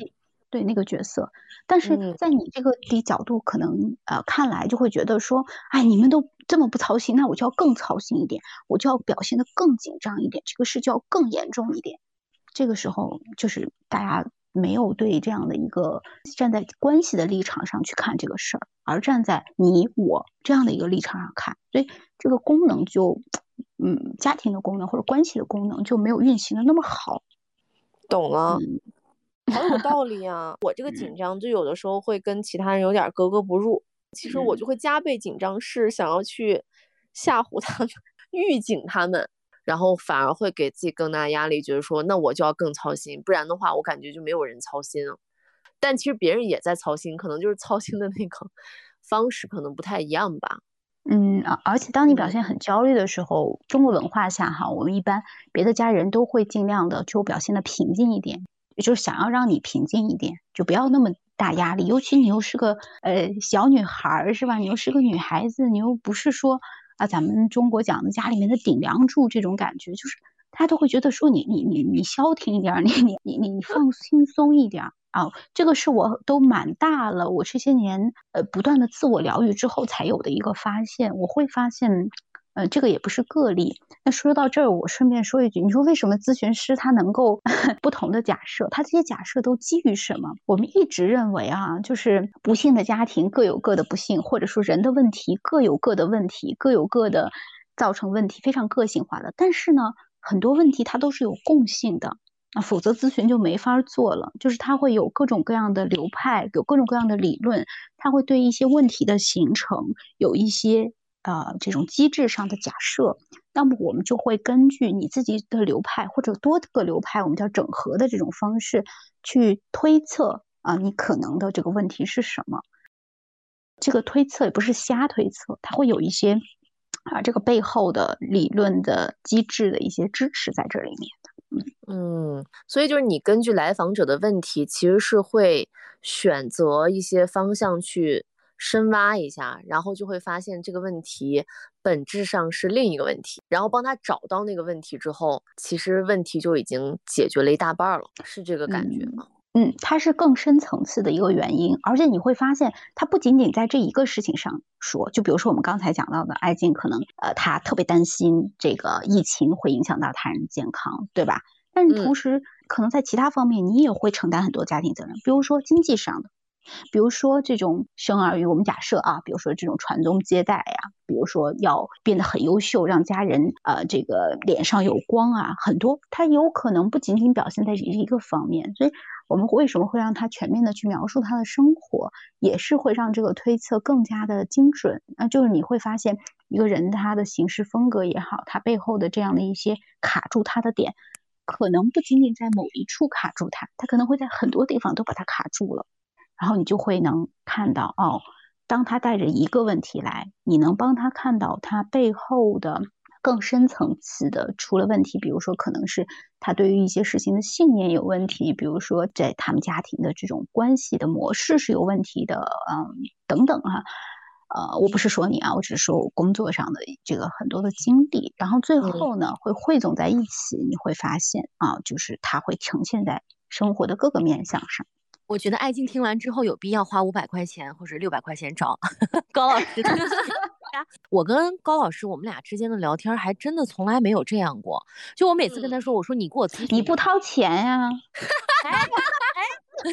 对那个角色。但是在你这个的角度可能呃看来就会觉得说，哎，你们都这么不操心，那我就要更操心一点，我就要表现得更紧张一点，这个事就要更严重一点。这个时候就是大家没有对这样的一个站在关系的立场上去看这个事儿，而站在你我这样的一个立场上看，所以这个功能就嗯家庭的功能或者关系的功能就没有运行的那么好。 懂了。嗯，好有道理啊。我这个紧张就有的时候会跟其他人有点格格不入，其实我就会加倍紧张，是想要去吓唬他们预警他们，然后反而会给自己更大压力，觉得说那我就要更操心，不然的话我感觉就没有人操心了。但其实别人也在操心，可能就是操心的那个方式可能不太一样吧。 嗯，而且当你表现很焦虑的时候，嗯、中国文化下哈，我们一般别的家人都会尽量的就表现的平静一点，就是想要让你平静一点，就不要那么大压力。尤其你又是个呃小女孩是吧？你又是个女孩子，你又不是说啊咱们中国讲的家里面的顶梁柱这种感觉，就是他都会觉得说你你你你消停一点，你你你你放轻松一点。啊，这个是我都蛮大了，我这些年呃不断的自我疗愈之后才有的一个发现。我会发现，呃，这个也不是个例。那说到这儿，我顺便说一句，你说为什么咨询师他能够不同的假设？他这些假设都基于什么？我们一直认为啊，就是不幸的家庭各有各的不幸，或者说人的问题各有各的问题，各有各的造成问题，非常个性化的。但是呢，很多问题它都是有共性的。啊，否则咨询就没法做了。就是它会有各种各样的流派，有各种各样的理论，它会对一些问题的形成有一些呃这种机制上的假设。那么我们就会根据你自己的流派或者多个流派，我们叫整合的这种方式去推测啊，你可能的这个问题是什么。这个推测也不是瞎推测，它会有一些啊这个背后的理论的机制的一些支持在这里面的。 嗯，所以就是你根据来访者的问题，其实是会选择一些方向去深挖一下，然后就会发现这个问题本质上是另一个问题，然后帮他找到那个问题之后，其实问题就已经解决了一大半了，是这个感觉吗？ 嗯，它是更深层次的一个原因，而且你会发现，它不仅仅在这一个事情上说，就比如说我们刚才讲到的，艾静可能呃，他特别担心这个疫情会影响到他人健康，对吧？但是同时，嗯、可能在其他方面，你也会承担很多家庭责任，比如说经济上的，比如说这种生儿育，我们假设啊，比如说这种传宗接代呀，比如说要变得很优秀，让家人呃这个脸上有光啊，很多它有可能不仅仅表现在一个方面，所以我们为什么会让他全面的去描述他的生活，也是会让这个推测更加的精准。那就是你会发现一个人他的行事风格也好，他背后的这样的一些卡住他的点，可能不仅仅在某一处卡住他，他可能会在很多地方都把他卡住了。然后你就会能看到，哦，当他带着一个问题来，你能帮他看到他背后的更深层次的出了问题，比如说可能是他对于一些事情的信念有问题，比如说在他们家庭的这种关系的模式是有问题的，嗯，等等哈、啊。呃，我不是说你啊，我只是说我工作上的这个很多的经历，然后最后呢、嗯、会汇总在一起，你会发现啊，就是它会呈现在生活的各个面向上。 我觉得艾静听完之后有必要花五百块钱或者六百块钱找高老师。我跟高老师我们俩之间的聊天还真的从来没有这样过。就我每次跟他说，我说你给我咨询， 你不掏钱呀、啊？ 哎哎，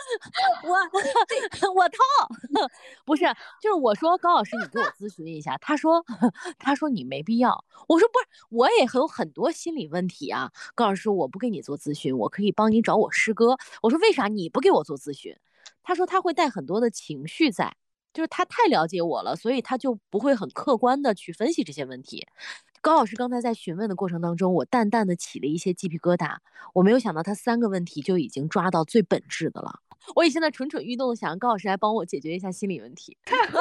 我我掏，不是，就是我说高老师你给我咨询一下，他说他说你没必要，我说不是，我也有很多心理问题啊。高老师我不给你做咨询，我可以帮你找我师哥。我说为啥你不给我做咨询？他说他会带很多的情绪在，就是他太了解我了，所以他就不会很客观的去分析这些问题。高老师刚才在询问的过程当中，我淡淡的起了一些鸡皮疙瘩，我没有想到他三个问题就已经抓到最本质的了。我也现在蠢蠢欲动的想让高老师来帮我解决一下心理问题。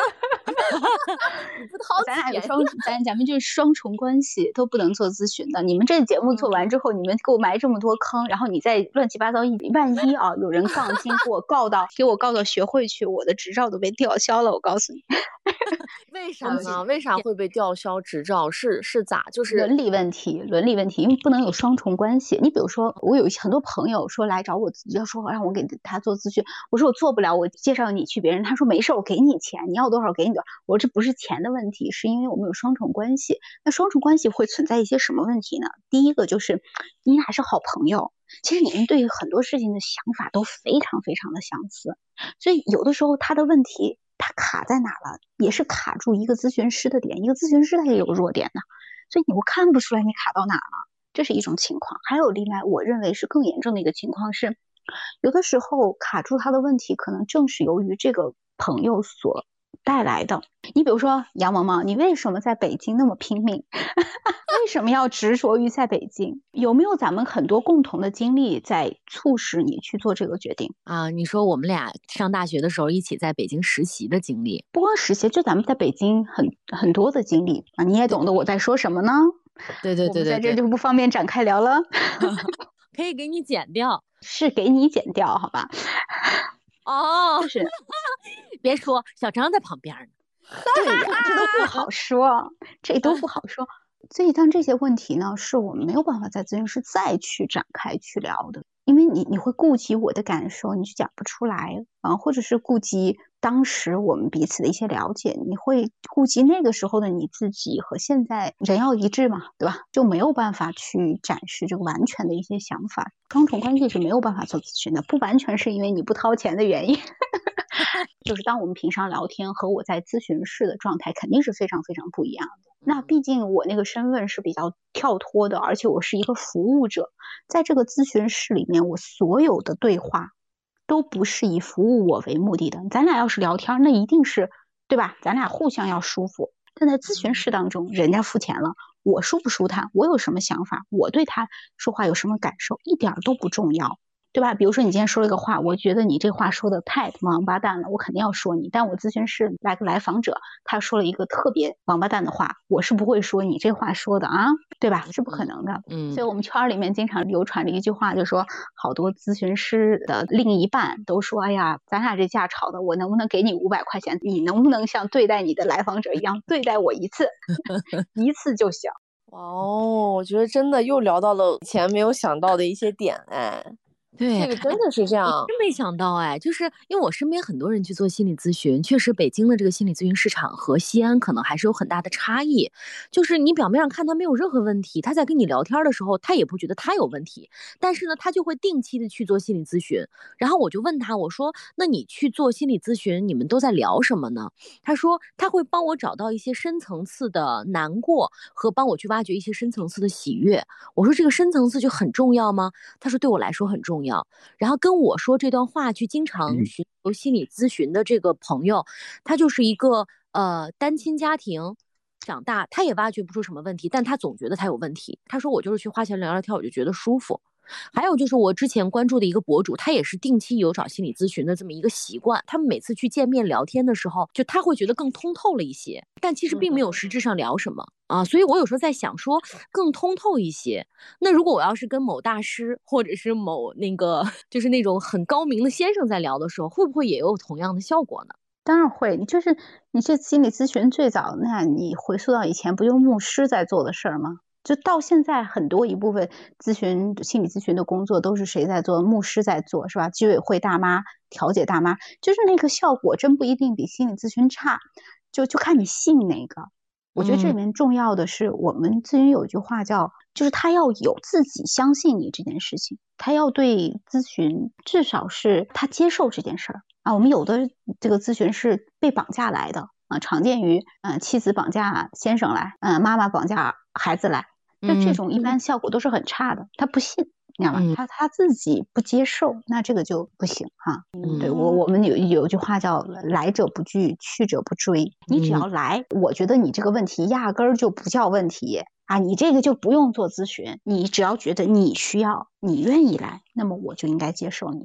你不掏咱俩有钱双，咱咱们就是双重关系，都不能做咨询的。你们这节目做完之后，你们给我埋这么多坑，然后你再乱七八糟一，万一啊有人杠精给我告到给我告到学会去，我的执照都被吊销了。我告诉你， 为啥呢？为啥会被吊销执照？是是咋？就是伦理问题，伦理问题，因为不能有双重关系。你比如说，我有很多朋友说来找我，要说让我给他做咨询，我说我做不了，我介绍你去别人。他说没事，我给你钱，你要多少给你多少。我说这不是钱的问题，是因为我们有双重关系。那双重关系会存在一些什么问题呢？第一个就是你俩是好朋友，其实你们对很多事情的想法都非常非常的相似，所以有的时候他的问题他卡在哪了，也是卡住一个咨询师的点，一个咨询师他也有弱点呢，所以你我看不出来你卡到哪了，这是一种情况。还有另外我认为是更严重的一个情况是，有的时候卡住他的问题可能正是由于这个朋友所带来的。你比如说杨萌萌，你为什么在北京那么拼命？为什么要执着于在北京？有没有咱们很多共同的经历在促使你去做这个决定啊？你说我们俩上大学的时候一起在北京实习的经历， 不光实习，就咱们在北京很很多的经历啊，你也懂得我在说什么呢？ 对对对对对， 在这就不方便展开聊了。 可以给你剪掉， 是给你剪掉，好吧？ 哦， 就是别说小张在旁边呢。 对呀，这都不好说，这都不好说。所以像这些问题呢，是我们没有办法在咨询室再去展开去聊的，因为你你会顾及我的感受，你就讲不出来啊，或者是顾及当时我们彼此的一些了解，你会顾及那个时候的你自己和现在人要一致嘛，对吧？就没有办法去展示这个完全的一些想法。双重关系是没有办法做咨询的，不完全是因为你不掏钱的原因。就是当我们平常聊天和我在咨询室的状态肯定是非常非常不一样的。那毕竟我那个身份是比较跳脱的，而且我是一个服务者，在这个咨询室里面，我所有的对话都不是以服务我为目的的。咱俩要是聊天，那一定是对吧？咱俩互相要舒服。但在咨询室当中，人家付钱了，我舒不舒坦，我有什么想法，我对他说话有什么感受，一点都不重要。对吧？比如说你今天说了个话，我觉得你这话说的太王八蛋了，我肯定要说你。但我咨询室来个来访者，他说了一个特别王八蛋的话，我是不会说你这话说的啊，对吧？是不可能的。 嗯， 所以我们圈里面经常流传着一句话，就说好多咨询师的另一半都说，哎呀，咱俩这架吵的，我能不能给你五百块钱？你能不能像对待你的来访者一样对待我一次，一次就行。 哦，我觉得真的又聊到了以前没有想到的一些点，哎。 对， 这个真的是这样， 我真没想到哎，就是因为我身边很多人去做心理咨询，确实北京的这个心理咨询市场和西安可能还是有很大的差异。就是你表面上看他没有任何问题，他在跟你聊天的时候，他也不觉得他有问题，但是呢，他就会定期的去做心理咨询。然后我就问他，我说，那你去做心理咨询，你们都在聊什么呢？他说他会帮我找到一些深层次的难过和帮我去挖掘一些深层次的喜悦。我说这个深层次就很重要吗？他说对我来说很重要。然后跟我说这段话去经常寻求心理咨询的这个朋友，他就是一个呃单亲家庭长大，他也挖掘不出什么问题，但他总觉得他有问题。他说我就是去花钱聊聊天，我就觉得舒服。还有就是我之前关注的一个博主，他也是定期有找心理咨询的这么一个习惯。他们每次去见面聊天的时候，就他会觉得更通透了一些，但其实并没有实质上聊什么啊。所以我有时候在想说，更通透一些。那如果我要是跟某大师或者是某那个就是那种很高明的先生在聊的时候，会不会也有同样的效果呢？ 当然会，就是你这心理咨询最早，那你回溯到以前，不就是牧师在做的事儿吗？就到现在很多一部分咨询心理咨询的工作都是谁在做？牧师在做，是吧？居委会大妈、调解大妈，就是那个效果真不一定比心理咨询差，就就看你信哪个。我觉得这里面重要的是，我们咨询有一句话叫，就是他要有自己相信你这件事情，他要对咨询至少是他接受这件事儿啊。我们有的这个咨询是被绑架来的啊，常见于嗯、呃、妻子绑架先生来，嗯、呃、妈妈绑架孩子来。就这种一般效果都是很差的，他不信，你知道吗？他他自己不接受，那这个就不行哈。嗯、对我我们有有句话叫来者不拒，去者不追。你只要来，我觉得你这个问题压根儿就不叫问题啊，你这个就不用做咨询，你只要觉得你需要，你愿意来，那么我就应该接受你。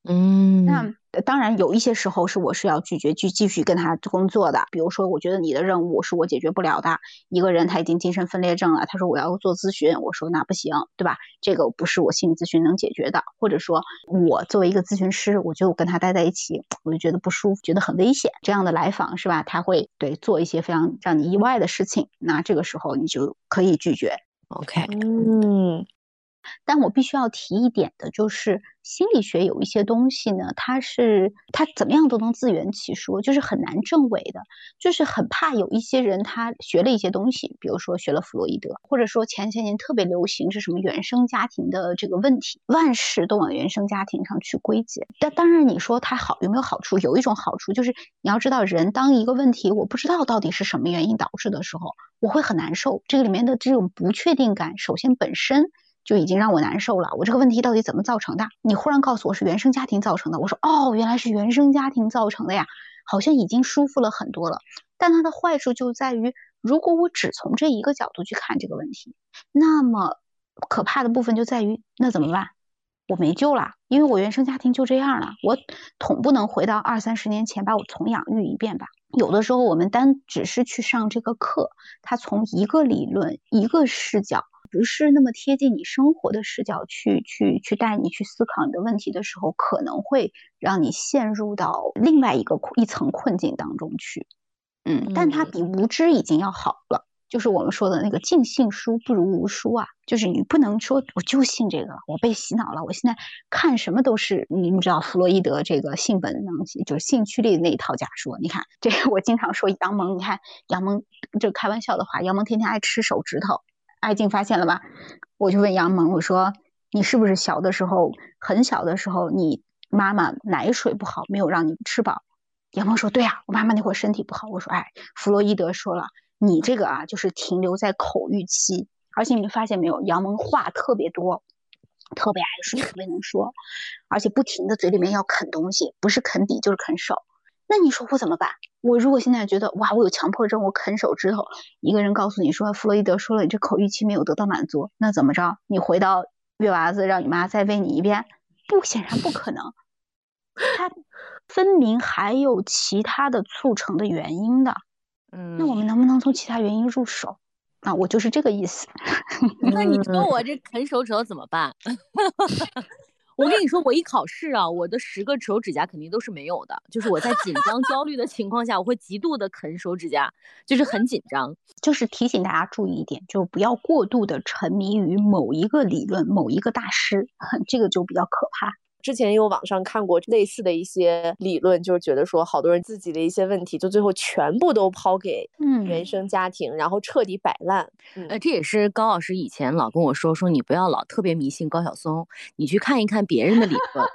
嗯， 那当然有一些时候是我是要拒绝去继续跟他工作的，比如说我觉得你的任务是我解决不了的，一个人他已经精神分裂症了，他说我要做咨询，我说那不行，对吧？这个不是我心理咨询能解决的，或者说我作为一个咨询师，我觉得我跟他待在一起，我就觉得不舒服，觉得很危险，这样的来访是吧？他会对做一些非常让你意外的事情，那这个时候你就可以拒绝。 OK， 嗯， 但我必须要提一点的就是，心理学有一些东西呢，它是它怎么样都能自圆其说，就是很难证伪的，就是很怕有一些人他学了一些东西，比如说学了弗洛伊德，或者说前些年特别流行是什么原生家庭的这个问题，万事都往原生家庭上去归结。但当然你说它好有没有好处？有一种好处就是你要知道，人当一个问题我不知道到底是什么原因导致的时候，我会很难受，这个里面的这种不确定感，首先本身就已经让我难受了。我这个问题到底怎么造成的？你忽然告诉我是原生家庭造成的，我说哦，原来是原生家庭造成的呀，好像已经舒服了很多了。但它的坏处就在于，如果我只从这一个角度去看这个问题，那么可怕的部分就在于，那怎么办？我没救了，因为我原生家庭就这样了，我总不能回到二三十年前把我重养育一遍吧。有的时候我们单只是去上这个课，它从一个理论一个视角，不是那么贴近你生活的视角去去去带你去思考你的问题的时候，可能会让你陷入到另外一个一层困境当中去。嗯，但它比无知已经要好了。就是我们说的那个尽信书不如无书啊，就是你不能说我就信这个，我被洗脑了，我现在看什么都是，你们知道弗洛伊德这个性本能，就是性驱力的那一套假说。你看这个我经常说杨蒙，你看杨蒙这开玩笑的话，杨蒙天天爱吃手指头，爱静发现了吧？我就问杨蒙，我说你是不是小的时候很小的时候，你妈妈奶水不好，没有让你吃饱？杨蒙说对啊，我妈妈那会儿身体不好。我说哎，弗洛伊德说了，你这个啊就是停留在口欲期，而且你们发现没有，杨蒙话特别多，特别爱说，特别能说，而且不停的嘴里面要啃东西，不是啃笔就是啃手。那你说我怎么办？我如果现在觉得哇，我有强迫症，我啃手指头，一个人告诉你说弗洛伊德说了你这口欲期没有得到满足，那怎么着？你回到月娃子让你妈再喂你一遍？不，显然不可能。它分明还有其他的促成的原因的。嗯，那我们能不能从其他原因入手啊？我就是这个意思。 那你说我这啃手指头怎么办？我跟你说，我一考试啊，我的十个手指甲肯定都是没有的。就是我在紧张、焦虑的情况下，我会极度的啃手指甲，就是很紧张。 就是提醒大家注意一点，就不要过度的沉迷于某一个理论、某一个大师，这个就比较可怕。 之前有网上看过类似的一些理论，就是觉得说好多人自己的一些问题就最后全部都抛给原生家庭、嗯、然后彻底摆烂、 嗯、呃，这也是高老师以前老跟我说说你不要老特别迷信高晓松，你去看一看别人的理论。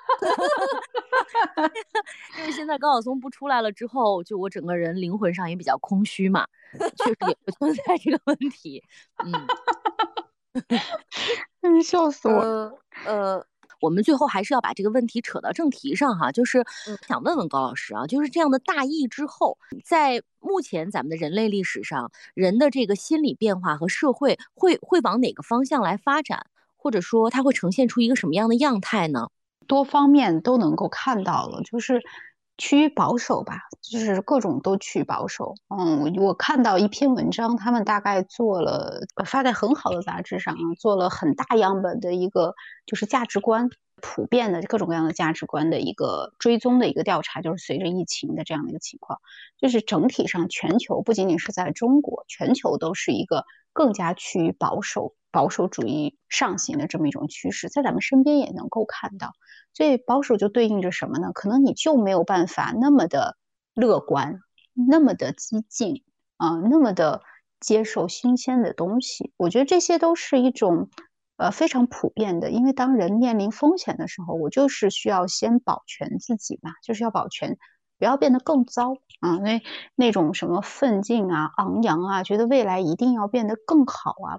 因为现在高晓松不出来了之后，就我整个人灵魂上也比较空虚嘛，确实也不存在这个问题。嗯嗯，笑死我。 呃呃我们最后还是要把这个问题扯到正题上哈，就是想问问高老师啊，就是这样的大疫之后，在目前咱们的人类历史上，人的这个心理变化和社会会会往哪个方向来发展，或者说它会呈现出一个什么样的样态呢？ 多方面都能够看到了，就是趋于保守吧，就是各种都趋于保守。嗯，我看到一篇文章，他们大概做了发在很好的杂志上啊，做了很大样本的一个就是价值观普遍的各种各样的价值观的一个追踪的一个调查，就是随着疫情的这样的一个情况，就是整体上全球不仅仅是在中国，全球都是一个更加趋于保守保守主义上行的这么一种趋势，在咱们身边也能够看到。所以保守就对应着什么呢？可能你就没有办法那么的乐观，那么的激进啊、呃，那么的接受新鲜的东西。我觉得这些都是一种呃非常普遍的，因为当人面临风险的时候，我就是需要先保全自己嘛，就是要保全，不要变得更糟啊。因为那种什么奋进啊、昂扬啊，觉得未来一定要变得更好啊。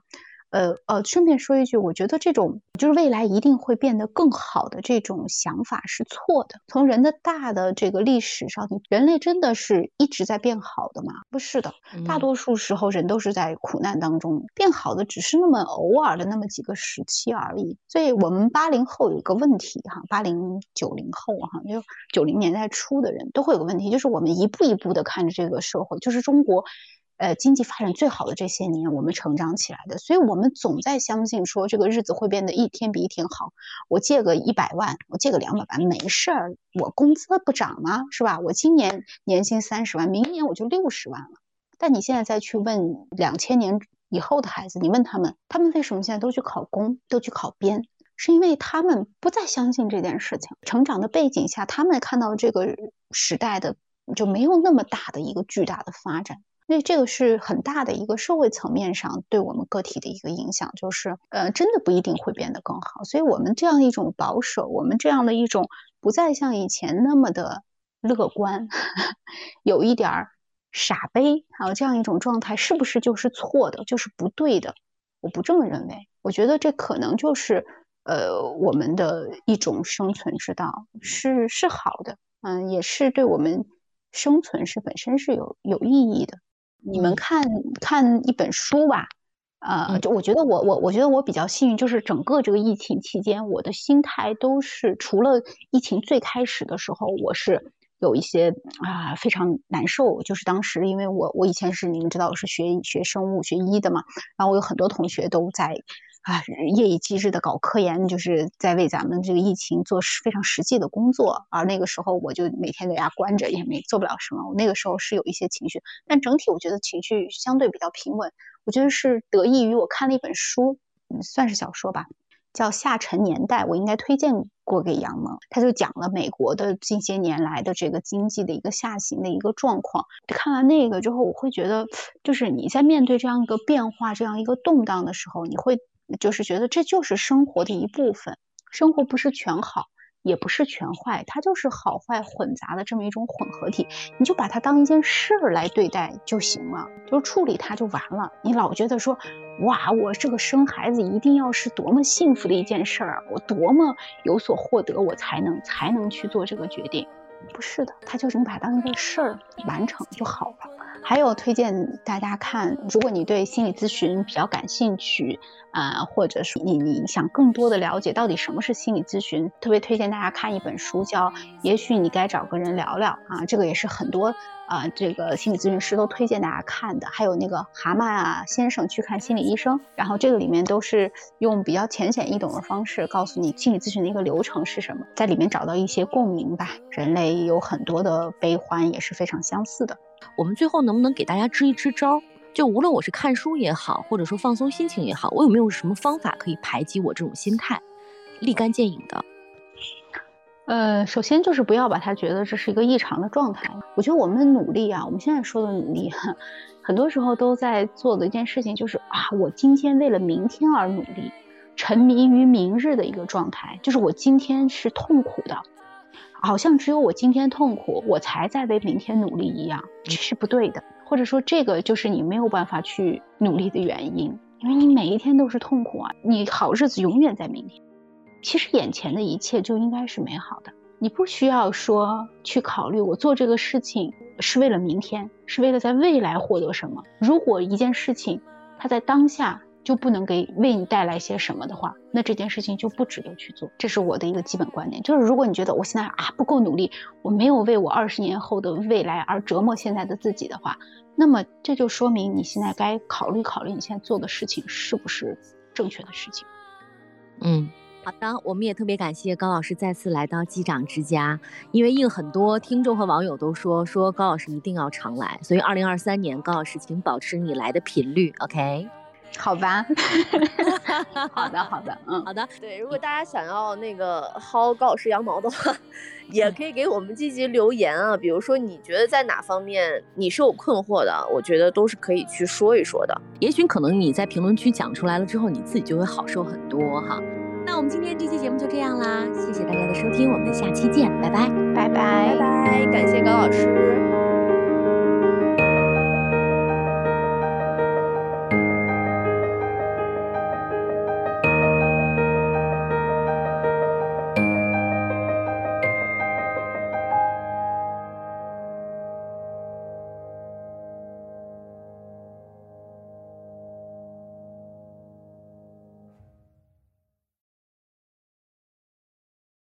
呃呃，顺便说一句，我觉得这种就是未来一定会变得更好的这种想法是错的。从人的大的这个历史上，人类真的是一直在变好的吗？不是的，大多数时候人都是在苦难当中，变好的只是那么偶尔的那么几个时期而已。所以我们八零后有一个问题哈，八零九零后哈，就九零年代初的人都会有个问题，就是我们一步一步的看着这个社会，就是中国呃，经济发展最好的这些年，我们成长起来的，所以我们总在相信说这个日子会变得一天比一天好。我借个一百万，我借个两百万没事儿，我工资不涨吗？是吧？我今年年薪三十万，明年我就六十万了。但你现在再去问两千年以后的孩子，你问他们，他们为什么现在都去考公，都去考编？是因为他们不再相信这件事情。成长的背景下，他们看到这个时代的就没有那么大的一个巨大的发展。所以这个是很大的一个社会层面上对我们个体的一个影响，就是呃，真的不一定会变得更好。所以我们这样一种保守，我们这样的一种不再像以前那么的乐观，有一点傻悲，还有这样一种状态，是不是就是错的，就是不对的？我不这么认为，我觉得这可能就是呃我们的一种生存之道，是是好的，嗯、呃，也是对我们生存是本身是有有意义的。你们看看一本书吧，呃，就我觉得我我我觉得我比较幸运，就是整个这个疫情期间，我的心态都是除了疫情最开始的时候，我是有一些啊非常难受，就是当时因为我我以前是你们知道我是学学生物学医的嘛，然后我有很多同学都在啊夜以继日的搞科研，就是在为咱们这个疫情做非常实际的工作，而那个时候我就每天在家关着，也没做不了什么。我那个时候是有一些情绪，但整体我觉得情绪相对比较平稳。我觉得是得益于我看了一本书，嗯，算是小说吧，叫《下沉年代》，我应该推荐过给杨萌。他就讲了美国的近些年来的这个经济的一个下行的一个状况。看完那个之后，我会觉得，就是你在面对这样一个变化、这样一个动荡的时候，你会就是觉得这就是生活的一部分。生活不是全好，也不是全坏，它就是好坏混杂的这么一种混合体，你就把它当一件事儿来对待就行了，就处理它就完了。你老觉得说，哇，我这个生孩子一定要是多么幸福的一件事儿，我多么有所获得，我才能才能去做这个决定。不是的，它就是你把它当一个事儿完成就好了。还有推荐大家看，如果你对心理咨询比较感兴趣啊、呃，或者是你你想更多的了解到底什么是心理咨询，特别推荐大家看一本书叫《也许你该找个人聊聊》啊，这个也是很多啊、呃、这个心理咨询师都推荐大家看的。还有那个蛤蟆啊先生去看心理医生，然后这个里面都是用比较浅显易懂的方式告诉你心理咨询的一个流程是什么，在里面找到一些共鸣吧。人类有很多的悲欢也是非常相似的。 我们最后能不能给大家支一支招？就无论我是看书也好，或者说放松心情也好，我有没有什么方法可以排挤我这种心态，立竿见影的？ 呃，首先就是不要把它觉得这是一个异常的状态。我觉得我们的努力啊，我们现在说的努力，很多时候都在做的一件事情就是啊，我今天为了明天而努力，沉迷于明日的一个状态，就是我今天是痛苦的，好像只有我今天痛苦，我才在为明天努力一样，这是不对的。或者说这个就是你没有办法去努力的原因，因为你每一天都是痛苦啊，你好日子永远在明天。其实眼前的一切就应该是美好的，你不需要说去考虑我做这个事情是为了明天，是为了在未来获得什么。如果一件事情它在当下就不能给为你带来些什么的话，那这件事情就不值得去做。这是我的一个基本观念，就是如果你觉得我现在啊不够努力，我没有为我二十年后的未来而折磨现在的自己的话，那么这就说明你现在该考虑考虑你现在做的事情是不是正确的事情。 嗯，好的，我们也特别感谢高老师再次来到机长之家，因为应很多听众和网友都说说高老师一定要常来，所以二零二三年高老师请保持你来的频率 ，OK？ 好吧，好的好的，嗯， 好的。 对，如果大家想要那个薅高老师羊毛的话，也可以给我们积极留言啊。比如说你觉得在哪方面你是有困惑的，我觉得都是可以去说一说的。 也许可能你在评论区讲出来了之后，你自己就会好受很多哈。那我们今天这期节目就这样啦，谢谢大家的收听，我们下期见，拜拜， 拜拜， 拜拜，感谢高老师。